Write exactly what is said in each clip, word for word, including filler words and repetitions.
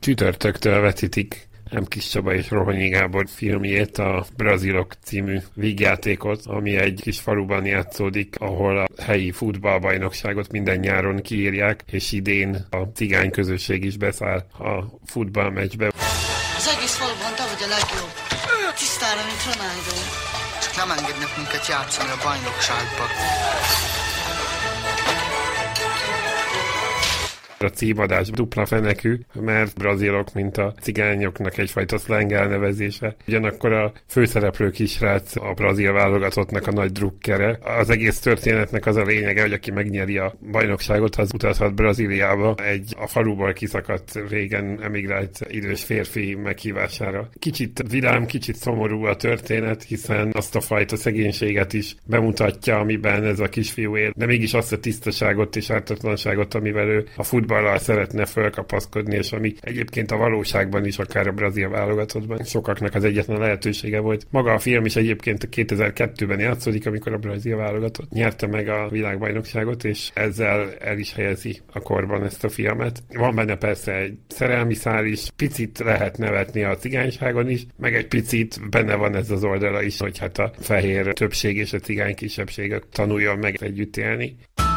Csütörtöktől vetítik M. Kis Csaba és Rohonyi Gábor filmjét, a Brazilok című vígjátékot, ami egy kis faluban játszódik, ahol a helyi futballbajnokságot minden nyáron kiírják, és idén a cigány közösség is beszáll a futballmeccsbe. Az egész faluban te vagy a legjobb. Tisztára, mint Ronaldo. Csak nem engednek minket játszani a bajnokságba. A címadás dupla fenekű, mert brazilok, mint a cigányoknak egyfajta szleng elnevezése. Ugyanakkor a főszereplő kisrác a brazil válogatottnak a nagy drukkere. Az egész történetnek az a lényege, hogy aki megnyeri a bajnokságot, az utazhat Brazíliába egy a faluból kiszakadt, régen emigrált idős férfi meghívására. Kicsit vidám, kicsit szomorú a történet, hiszen azt a fajta szegénységet is bemutatja, amiben ez a kisfiú él, de mégis azt a tisztaságot és ártatlanságot, amivel ő a futball ballal szeretne fölkapaszkodni, és ami egyébként a valóságban is, akár a brazil válogatottban sokaknak az egyetlen lehetősége volt. Maga a film is egyébként kétezer-kettőben játszódik, amikor a brazil válogatott nyerte meg a világbajnokságot, és ezzel el is helyezi a korban ezt a filmet. Van benne persze egy szerelmi szál is, picit lehet nevetni a cigányságon is, meg egy picit benne van ez az oldala is, hogy hát a fehér többség és a cigány kisebbség tanuljon meg együtt élni.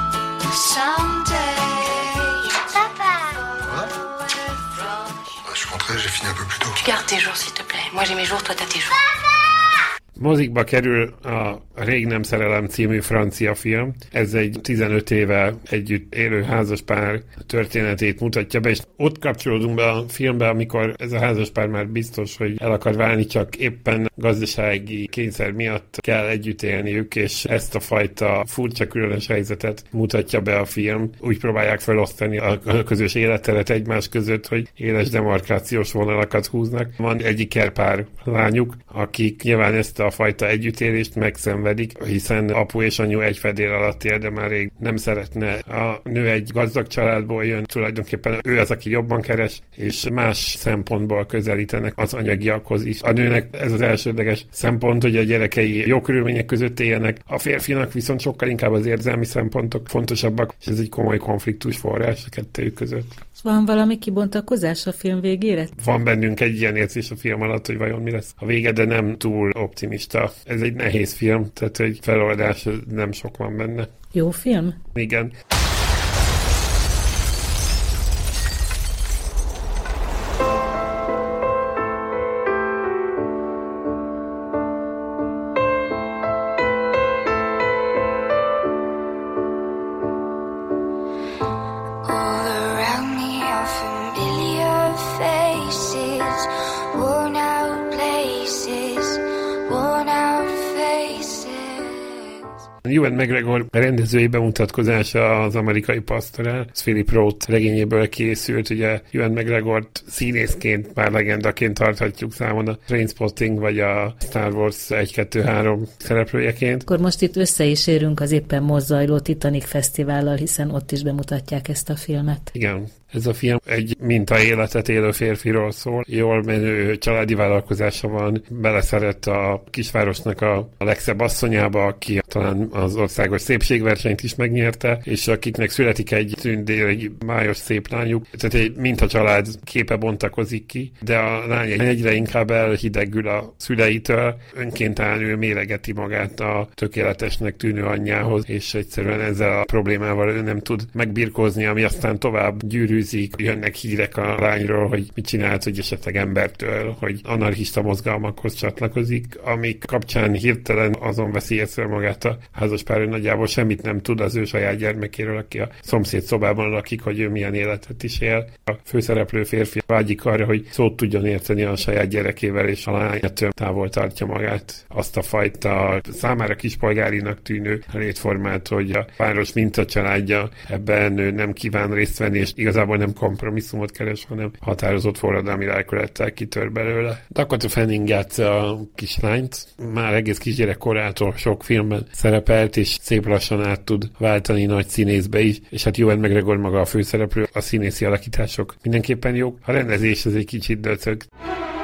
J'ai fini un peu plus tôt. Tu gardes tes jours, s'il te plaît. Moi, j'ai mes jours, toi, t'as tes jours. Mozikba kerül a Rég nem szerelem című francia film. Ez egy tizenöt éve együtt élő házaspár történetét mutatja be, és ott kapcsolódunk be a filmbe, amikor ez a házaspár már biztos, hogy el akar válni, csak éppen gazdasági kényszer miatt kell együtt élniük, és ezt a fajta furcsa, különös helyzetet mutatja be a film. Úgy próbálják felosztani a közös életteret egymás között, hogy éles demarkációs vonalakat húznak. Van egy ikerpár lányuk, akik nyilván ezt a fajta együttélést megszenvedik, hiszen apu és anyu egy fedél alatt él, de már rég nem szeretne. A nő egy gazdag családból jön, tulajdonképpen ő az, aki jobban keres, és más szempontból közelítenek az anyagiakhoz is. A nőnek ez az elsődleges szempont, hogy a gyerekei jó körülmények között éljenek, a férfinak viszont sokkal inkább az érzelmi szempontok fontosabbak, és ez egy komoly konfliktus forrás a kettőjük között. Van valami kibontakozás a film végére? Van bennünk egy ilyen érzés a film alatt, hogy vajon mi lesz a vége, de nem túl optimista. Ez egy nehéz film, tehát egy feloldás nem sok van benne. Jó film? Igen. Ewan McGregor rendezői bemutatkozása az amerikai Pastorál, ez Philip Roth regényéből készült, ugye Ewan McGregort színészként, már legendaként tarthatjuk számon a Trainspotting vagy a Star Wars egy kettő három szereplőjeként. Akkor most itt össze is érünk az éppen most zajló Titanic Fesztivállal, hiszen ott is bemutatják ezt a filmet. Igen. Ez a film egy mintaéletet élő férfiról szól. Jól menő családi vállalkozása van, beleszeret a kisvárosnak a, a legszebb asszonyába, aki talán az országos szépségversenyt is megnyerte, és akiknek születik egy tündér, egy májos szép lányuk. Tehát egy mintacsalád képe bontakozik ki, de a lány egyre inkább elhidegül a szüleitől, önkéntelenül méregeti magát a tökéletesnek tűnő anyjához, és egyszerűen ezzel a problémával ő nem tud megbirkózni, ami aztán tovább gyűrű. Jönnek hírek a lányról, hogy mit csinált, hogy esetleg embertől, hogy anarchista mozgalmakhoz csatlakozik, amik kapcsán hirtelen azon veszi észre magát a házaspár, hogy nagyjából semmit nem tud az ő saját gyermekéről, aki a szomszéd szobában lakik, hogy ő milyen életet is él. A főszereplő férfi vágyik arra, hogy szót tudjon érteni a saját gyerekével, és a lány ettől távol tartja magát. Azt a fajta számára kispolgárinak tűnő létformát, hogy a város mintacsaládja ebben ő nem kíván részt venni, és igazából nem kompromisszumot keres, hanem határozott forradalmi lelkülettel kitör belőle. Dakota Fanning játsza a kislányt, már egész kisgyerek korától sok filmben szerepelt, és szép lassan át tud váltani nagy színészbe is, és hát Ewan McGregor maga a főszereplő, a színészi alakítások mindenképpen jók. A rendezés az egy kicsit döcög.